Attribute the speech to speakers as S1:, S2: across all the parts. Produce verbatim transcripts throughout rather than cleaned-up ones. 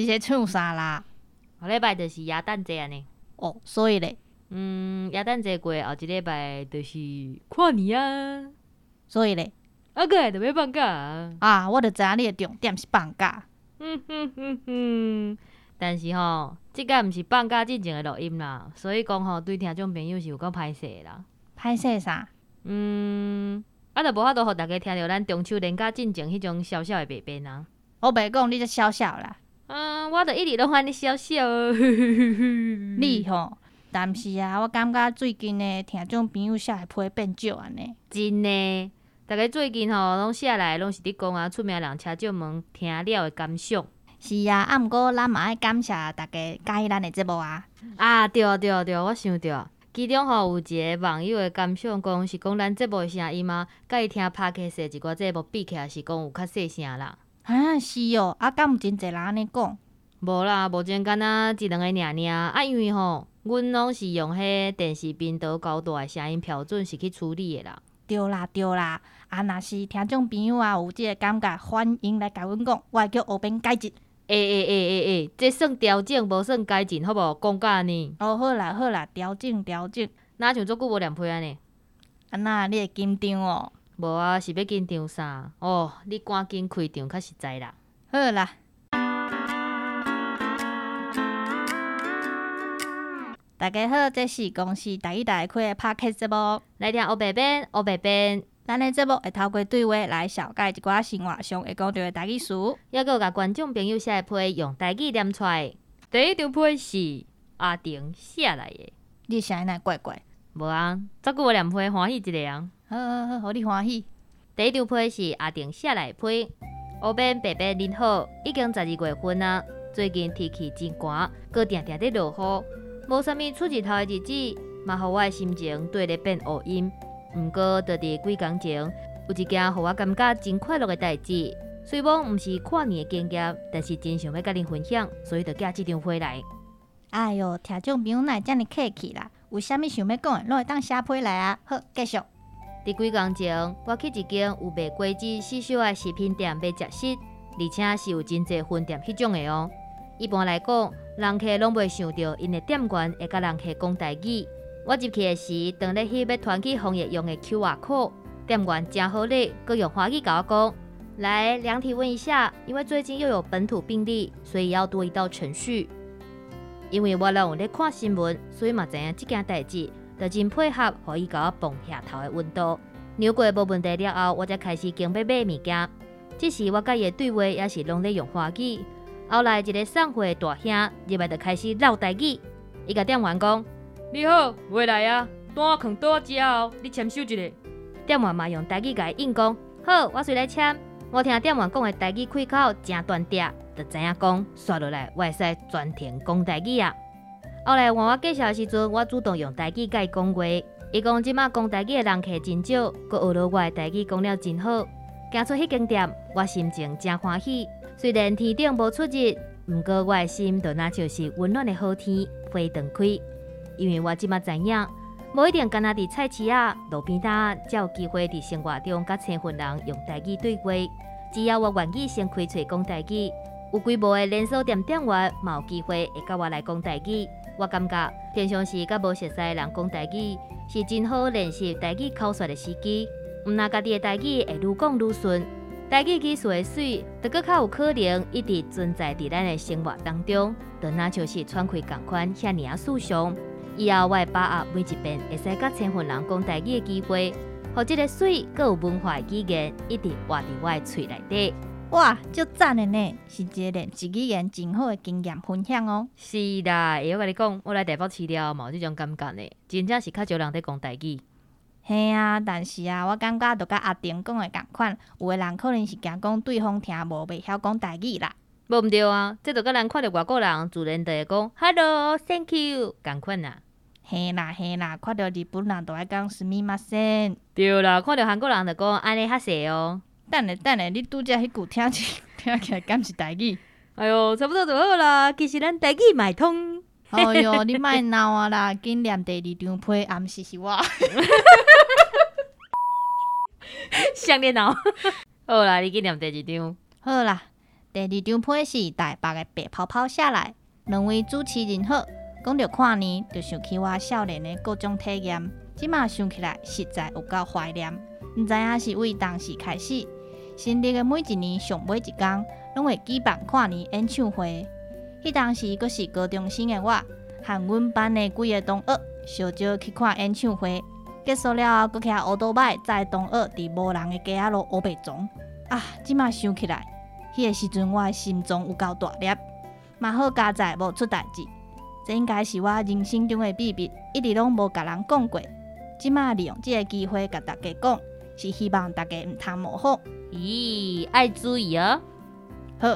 S1: 是唱啥啦？
S2: 后礼拜就是耶诞节安尼。
S1: 哦，所以咧，
S2: 嗯，耶诞节过后一礼拜就是跨年啊，
S1: 所以咧，
S2: 啊过来就要放假啊。
S1: 啊，我就知影你的重点是放假。
S2: 嗯哼哼哼，但是吼，即个毋是放假进前的录音啦，所以讲吼，对听众朋友是有够歹势的啦。
S1: 歹势啥？
S2: 嗯，啊，就无法度互大家听到咱中秋连假进前迄种小小的白变啊。
S1: 我袂讲你这小小啦，
S2: 嗯，我著一直拢安尼小小。
S1: 你吼，但是啊，我感觉最近的听众朋友写的批变少安尼。
S2: 真的，大家最近吼拢写来拢是伫讲啊，出名人车掌门听了的感想。
S1: 是啊，啊，毋过咱嘛爱感谢大家喜欢咱的节目啊。
S2: 啊，对对对，我想着，其中吼有一个网友的感想，讲是讲咱节目的声音嘛，甲伊听 Podcast 的一寡节目比起来，是讲有较细声啦。
S1: 啊，是哦，啊，敢有真侪人安尼讲？
S2: 无啦，目前敢若一两个尔尔啊，因为吼，阮拢是用迄电视频道高大的声音标准是去处理的啦。
S1: 对啦对啦，啊，若是听众朋友啊有即个感觉，欢迎来甲阮讲，我会叫后边改进。
S2: 诶诶诶诶诶，这算调整，无算改进，好无？讲甲呢？
S1: 哦，好啦好啦，调整调整。
S2: 哪像足久无念批安尼？
S1: 啊那你会紧张哦？
S2: 无啊，是要紧张啥？哦，你赶紧开场较实在啦。
S1: 好啦。大家好，这是公司第一台开的 Podcast 节目，
S2: 来听黑白变，黑白变。
S1: 咱的节目会透过对话来小解一寡生活上会讲到的台语词，
S2: 抑阁有甲观众朋友写的批用台语念出来。第一张批是阿婷写来的，
S1: 你声音哪怪怪？
S2: 无啊，足久无念批，欢喜一个啊。
S1: 好好好，互你欢喜。
S2: 第一张批是阿婷写来的批，黑变白变恁好，已经十二月份啊，最近天气真寒，阁定定伫落雨。无啥物出日头的日子，嘛，互我的心情对咧变乌阴。毋过，就伫几工前，有一件互我感觉真快乐的代志。虽讲毋是跨年的经验，但是真想要甲恁分享，所以就寄即张批来。
S1: 哎哟，听众朋友哪会遮尔客气啦？有啥物想要讲的，拢会当写批来啊。好，继续。
S2: 伫几工前，我去一间有卖果子四小的食品店买食食，而且是有真侪分店迄种的哦。一般来讲，人客拢袂想到因的店员会甲人客讲台语。我入去的时，当咧翕要传去防疫用的 Q R code， 店员真好礼，佮用华语甲我讲：来量体温一下，因为最近又有本土病例，所以要多一道程序。因为我拢有咧看新闻，所以嘛知影即件代志，就真配合，互伊甲我磅下头的温度。量过无问题了后，我才开始经要买物件。即时我甲伊的对话也是拢咧用华语。后来一个送货的大兄入来就开始唠台语，伊甲店员讲：你好，回来啊，单放倒我遮哦，你签收一下。店员嘛用台语甲伊应讲：好，我随来签。我听店员讲的台语开口真断掉，就知影讲刷落来我会使全程讲台语啊。后来换我介绍的时阵，我主动用台语甲伊讲话，伊讲即马讲台语的人客真少，佮学了我的台语讲了真好。行出迄间店，我心情真欢喜。虽然天顶无出日，毋过我的心就若像是温暖的好天飞长开。因为我即马知影，无一定干那伫菜市仔、路边摊，才有机会伫生活中甲青云人用台语对话。只要我愿意先开喙讲台语，有规模的连锁店店员嘛有机会会甲我来讲台语。我感觉平常时甲无熟悉的人讲台语，是真好练习台语口说的时机。毋若家己的台语会愈讲愈顺。台语技术的水，就搁较有可能一直存在伫咱的生活当中，就若像是喘气共款遐尔啊舒畅。以后我会把握每一遍会使甲千份人讲台语的机会，互即个水搁有文化的语言一直活伫我的喙内底。
S1: 哇，足赞的呢，是一个练习语言真好的经验分享哦。
S2: 是啦，会晓甲你讲，我来台北市了嘛有即种感觉呢，真正是较少人在讲台语。
S1: 嘿啊，但是啊，我感觉就甲阿婷讲的共款，有的人可能是惊讲对方听无，袂晓讲台语啦。
S2: 无毋对啊，这就甲咱看到外国人自然就会讲 Hello、Thank you 共款啦。
S1: 嘿啦嘿啦，看到日本人都爱讲すみません。
S2: 对啦，看到韩国人就讲安尼较细哦。
S1: 等下等下，你拄则迄句听起听起来敢是台语？
S2: 哎哟，差不多就好啦。其实咱台语嘛会通。
S1: 哎哟，你莫闹啊啦，紧念第二张批，暗时是我。
S2: 想念闹。好啦，你去念第二张。
S1: 好啦， 第二张批是台北的白泡泡下来，两位主持人好，讲到跨年，就想起我少年的各种体验，即马想起来实在有够怀念。毋知影是为当时开始，新历的每一年上尾一天，拢会举办跨年演唱会。迄当时阁是高中生的我，和阮班的几个同学小招去看演唱会。结束了后，阁骑乌多摆载同学伫无人的街仔路乌白撞。啊！即马想起来，迄、那个时阵我的心脏有够大粒，嘛好佳在无出代志。这应该是我人生中的秘密，一直拢无甲人讲過。即马利用即个机会甲大家讲，是希望大家毋通模仿。
S2: 咦，爱注意哦。
S1: 好。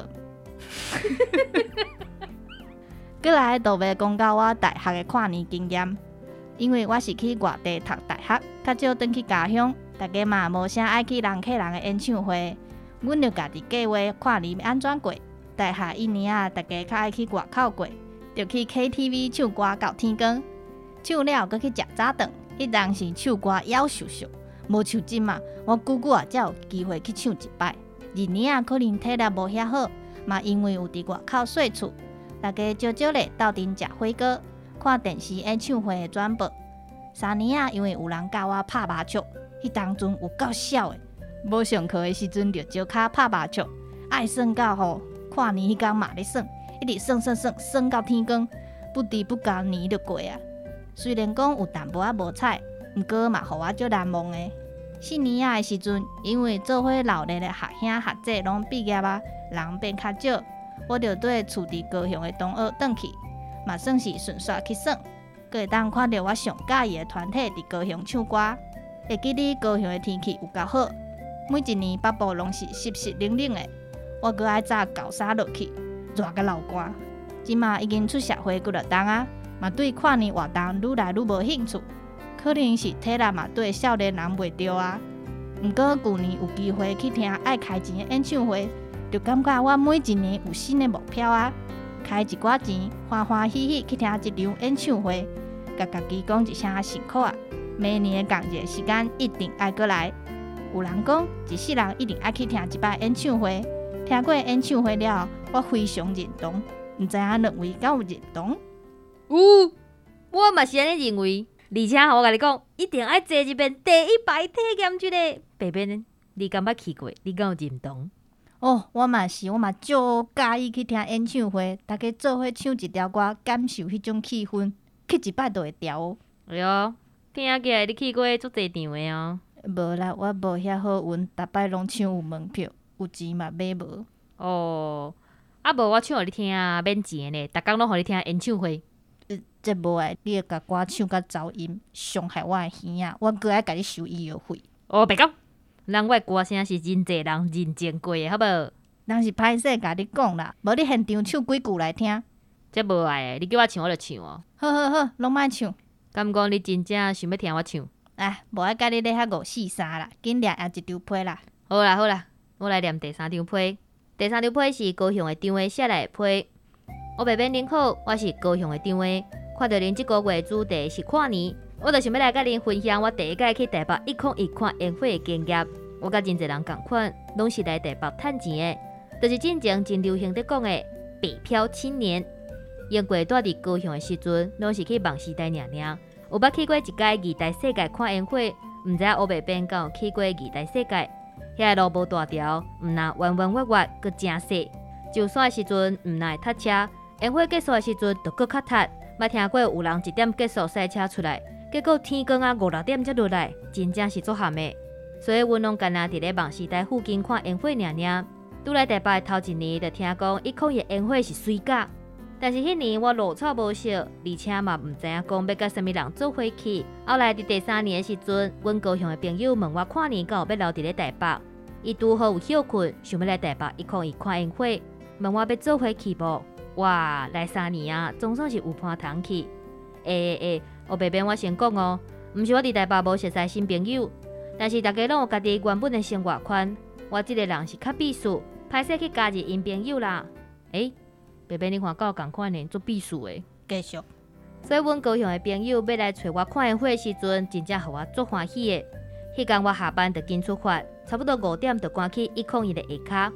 S1: 过来就要讲到我大学的跨年经验，因为我是去外地读大学，较少转去家乡，大家嘛无啥爱去人客人的演唱会，阮就家己计划跨年要安怎过。大学一年啊，大家较爱去外口过，就去 K T V 唱歌到天光，唱了阁去食早顿。迄当时唱歌夭寿寿，无像即嘛，我久久啊才有机会去唱一摆。二年啊，可能体力无遐好，嘛因为有伫外口睡厝。大家少少咧斗阵食火锅，看电视演唱会的转播。三年啊，因为有人教我拍麻将，迄当阵有够痟的。无上课的时阵就招卡拍麻将，爱算到吼，跨年迄天嘛咧算，一直算算算算到天光，不知不觉年就过啊。虽然讲有淡薄仔无彩，毋过嘛，互我足难忘的。四年啊的时阵，因为做伙闹热的学兄学姐拢毕业啊，人变较少。我就对厝伫高雄的同学转去，嘛算是顺续去耍，阁会当看到我上喜意的团体伫高雄唱歌。会记得高雄的天气有够好，每一年北部拢是湿湿冷冷的，我阁爱扎厚衫落去，热甲流汗。即马已经出社会几落冬啊，嘛对跨年活动愈来愈无兴趣，可能是体力嘛对少年人袂着啊。毋过旧年有机会去听爱开钱的演唱会。就感觉我每一年有新的目标啊！开一寡钱，欢欢喜喜去听一场演唱会，甲家己讲一声辛苦啊！明年的同一个时间一定爱过来。有人讲，一世人一定爱去听一摆演唱会。听过演唱会了，我非常认同。毋知影两位敢有认同？
S2: 有，我嘛是安尼认为。而且我甲你讲，一定爱坐一遍第一排体验一个。白边，你敢捌去过？你敢有认同？
S1: 哦，我嘛是，我嘛足介意去听演唱会，大家做伙唱一条歌，感受迄种气氛，去一摆就会调哦。
S2: 哎哟，听起来你去过足侪场的哦。
S1: 无啦，我无遐好运，逐摆拢抢有门票，有钱嘛买无。
S2: 哦，啊无我唱互你听啊，免钱的呢，逐工拢互你听演唱会。
S1: 呃，这无诶，你会甲歌唱甲走音，伤害我诶耳仔，我阁爱甲你收医药费。
S2: 哦，别讲。人我歌声是真侪人认证过的，好无？
S1: 人是歹势甲你讲啦，无你现场唱几句来听。
S2: 这无爱的，你叫我唱我就唱哦。
S1: 好好好，拢莫唱。
S2: 敢讲你真正想要听我唱？
S1: 哎，无爱甲你咧遐五四三啦，紧掠下一张批啦。
S2: 好啦好啦，我来念第三张批。第三张批是高雄的张话写来的批。我白边您好，我是高雄的张话。看到恁即个月主题是跨年。我就想要来甲恁分享我第一届去台北一零一看烟火的经验。我甲真侪人共款，拢是来台北趁钱的，就是进前真流行在讲的北漂青年。烟过住伫高雄的时阵，拢是去梦时代尔尔。有捌去过一届二代世界看烟火，毋知影乌白边敢有去过二代世界？遐路无大条，毋那弯弯弯弯，阁真细。上山的时阵毋那会塞车，烟火结束的时阵就阁较塞。捌听过有人一点结束赛车出来。结果天光啊五六点才落来，真正是足寒的。所以阮拢干那伫咧梦时代附近看烟火尔尔。拄来台北头一年，就听讲一零一烟火是水假，但是迄年我落草无熟，而且嘛毋知影讲要甲啥物人做伙去。后来伫第三年的时阵，阮高雄的朋友问我跨年敢有要留伫咧台北，伊拄好有休困，想要来台北一零一看烟火，问我要做伙去无？哇，来三年啊，总算是有伴通去。诶诶诶！哦，白边我先讲哦，毋是我伫台北无熟悉新朋友，但是大家拢有家己原本的生活圈。我即个人是较避暑，歹势去加入因朋友啦。诶、欸，白边你看够共款呢，做避暑的。
S1: 继续。
S2: 所以阮高雄的朋友要来找我看烟火的时阵，真正互我足欢喜的。迄天我下班就紧出发，差不多五点就赶去一零一的下骹。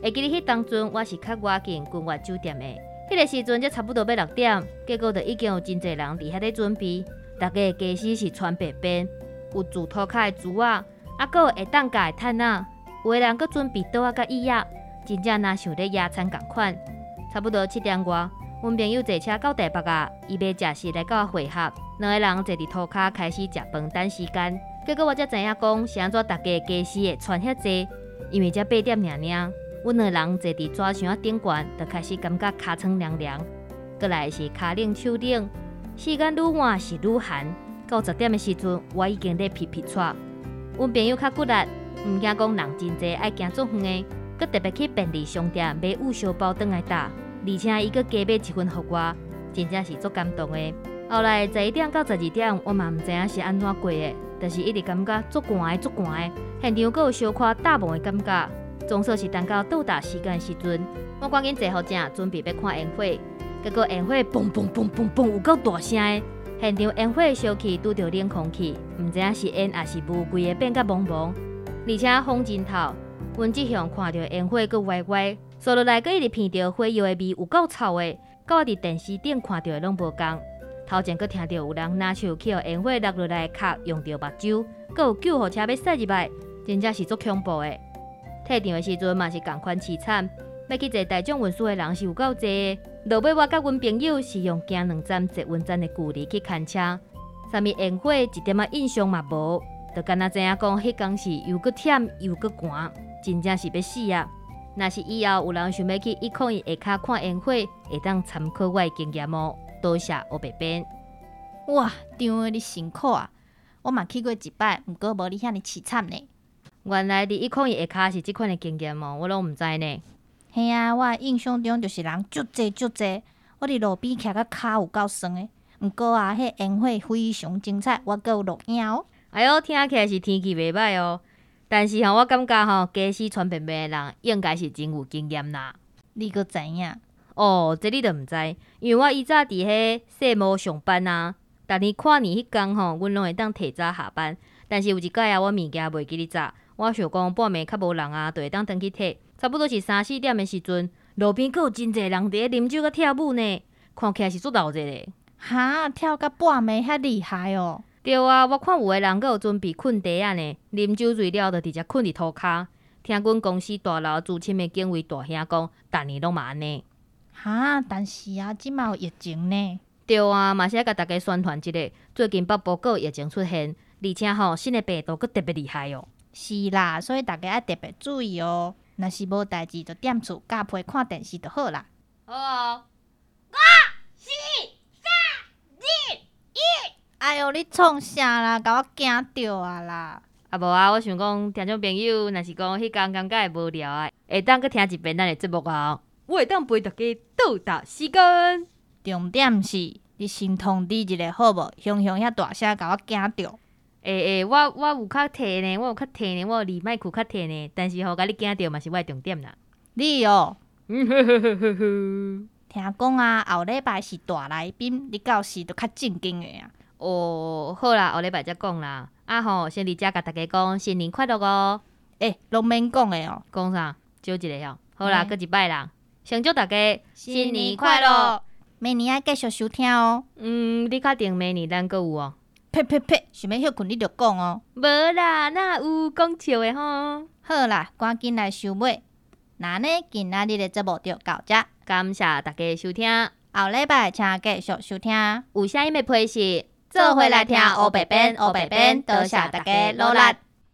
S2: 会记得迄当阵我是较外近君悦酒店的，迄个时阵才差不多要六点，结果就已经有真侪人伫遐咧准备。大家的家私是穿白边，有自涂骹的珠啊，啊，搁有会当夹的毯啊，有的人搁准备桌仔甲椅仔，真正若像咧野餐共款。差不多七点外，阮朋友坐车到台北啊，伊要食食来甲我会合，两个人坐伫涂骹开始食饭等时间。结果我才知影讲是安怎大家的家私会穿遐济，因为才八点尔尔，阮两人坐伫纸箱仔顶悬，就开始感觉尻川凉凉，过来是骹冷手冷，时间愈晚是愈寒。到十点的时阵，我已经咧皮皮喘。阮朋友较骨力，毋惊讲人真济爱行足远的，佮特别去便利商店买五小包转来打，而且伊佮加买一份互我，真正是足感动的。后来十一点到十二点，我嘛毋知影是安怎过的。但是一直感觉足寒足寒的，现场阁有小可大梦的感觉。总算是等到到达时间的时阵，我赶紧坐好正，准备要看烟火。结果烟火嘣嘣嘣嘣嘣有够大声的，现场烟火的烧气拄着冷空气，毋知影是烟还是雾，规个变甲蒙蒙，而且风真透。阮即向看到烟火阁歪歪，坐落来阁一直闻到火药的味，有够臭的，甲我伫电视顶看到的拢无共。头前阁听到有人拿手去互烟火落落来的壳用到目睭，阁有救护车要驶入来，真正是足恐怖的。退场的时阵嘛是同款凄惨，要去坐大众运输的人是有够济的。落尾我甲阮朋友是用行两站坐稳站的距离去牵车，啥物烟火一点仔印象嘛无，就敢若知影讲迄天是又阁忝又阁寒，真正是要死啊！若是以后有人想要去一零一下骹看烟火，会当参考我的经验哦。多谢黑白边。
S1: 哇，张的你辛苦啊！我嘛去过一摆，毋过无你遐尼凄惨呢。
S2: 原来伫一零一下骹是即款的经验哦，我拢毋知呢。
S1: 嘿啊，我印象中就是人足济足济，我伫路边徛到骹有够酸的。毋过啊，迄烟火非常精彩，我阁有录影哦。
S2: 哎哟，听起来是天气袂歹哦。但是吼，我感觉吼，家私穿便便的人应该是真有经验啦。
S1: 你阁知影？
S2: 哦，这你都毋知，因为我以早伫迄世贸上班啊，逐年跨年迄天吼，阮拢会当提早下班。但是有一摆啊，我物件袂记哩早，我想讲半暝较无人啊，就会当转去摕。差不多是三四点的时阵，路边阁有真侪人伫咧啉酒甲跳舞呢，看起来是足闹热的。
S1: 哈，跳到半暝遐厉害哦！
S2: 对啊，我看有的人阁有准备困地啊呢，啉酒醉了就直接困伫涂骹。听阮公司大楼资深的警卫大兄讲，逐年拢嘛安尼。
S1: 哈，但是啊，即嘛有疫情呢。
S2: 对啊，嘛是要甲大家宣传一下，最近北部阁有疫情出现，而且吼新的病毒阁特别厉害哦。
S1: 是啦，所以大家要特别注意哦。若是无代志，就踮厝加被看电视就好啦。
S2: 好哦，
S1: 五、四、三、二、一。哎哟，你创啥啦？甲我惊着啊啦！
S2: 啊无啊，我想讲，听众朋友，若是讲迄天感觉会无聊啊，会当去听一遍咱的节目啊。我会当陪大家倒达时间。
S1: 重点是，你先通知一下好无？雄雄遐大声，甲我惊着。
S2: 诶诶，我我有较摕呢，我有较摕呢，我有离麦克较摕呢，但是吼，甲你惊着嘛是我的重点啦。
S1: 你哦，
S2: 嗯呵呵呵呵呵。
S1: 听讲啊，后礼拜是大来宾，你到时就较正经的啊。
S2: 哦，好啦，后礼拜才讲啦。啊吼，先伫遮甲大家讲新年快乐哦。
S1: 诶，拢免讲的哦。
S2: 讲啥？少一个吼。好啦，搁、嗯、一摆啦。先祝大家
S1: 新年快乐！明年要继续收听哦。
S2: 嗯，你确定明年咱搁有哦？
S1: 呸呸呸！想要休困你就讲哦。
S2: 无啦，哪有讲笑的吼？
S1: 好啦，赶紧来收尾。那呢，今仔日的节目就到这。
S2: 感谢大家收听，
S1: 后礼拜请继续收听。
S2: 有啥物要配是？
S1: 做伙来听黑白边，黑白边，多谢大家努力。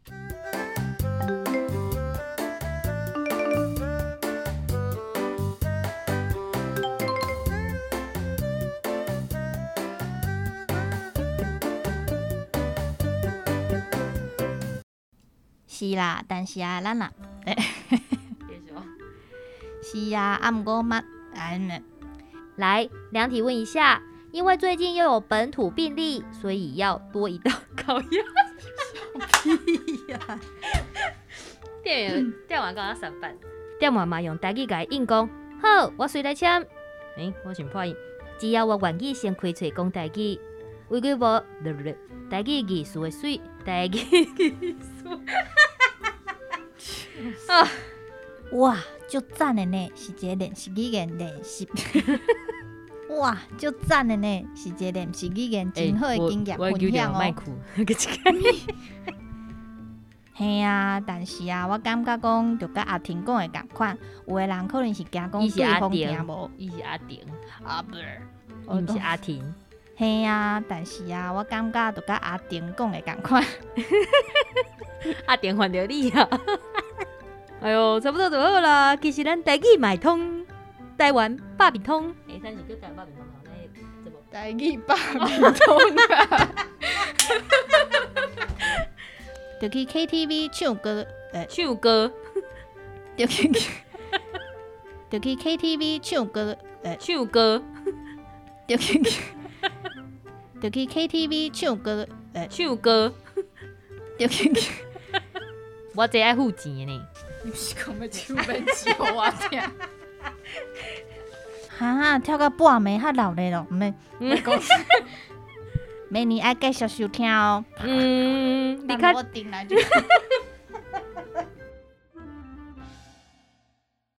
S1: 是啦，但是啊，咱啊，是啊，啊，毋过嘛，哎，
S2: 来量体温一下，因为最近又有本土病例，所以要多一道高压。屁呀！店员店员讲我上班，店员嘛用台语甲伊应讲，好，我随来签。诶、欸，我先破音，只要我愿意先开嘴讲台语，为几无，对不对？台语艺术的水，台语艺术。
S1: 啊！哇， 足赞的呢，是一个练习语言练习。哇，足赞的呢，是一个练习语言真好的经验分享哦。嘿啊，但是啊，我感觉讲，就甲阿婷讲的共款，有的人可能是惊讲对方听无。
S2: 伊是阿婷，
S1: 啊不是，
S2: 伊毋是阿婷。
S1: 嘿啊，但是啊，我感觉就甲阿婷讲的共款。
S2: 阿婷还着你啊！哎呦，差不多就好啦。其实咱台语嘛会通，台湾百变通。诶，咱是叫台湾百变通啊？那这无
S1: 台语百变通啊！就去 K T V 唱歌，呃，
S2: 唱歌，
S1: 就去，就去 K T V 唱歌，呃，
S2: 唱歌，
S1: 就去，就去 K T V 唱歌，呃，
S2: 唱歌，
S1: 就去。
S2: 我这爱付钱的呢。
S1: 你是讲要唱要笑我听？哈，跳到半暝较闹热咯，唔免，唔讲。明年爱继续收听哦。
S2: 嗯，你
S1: 看我顶来就。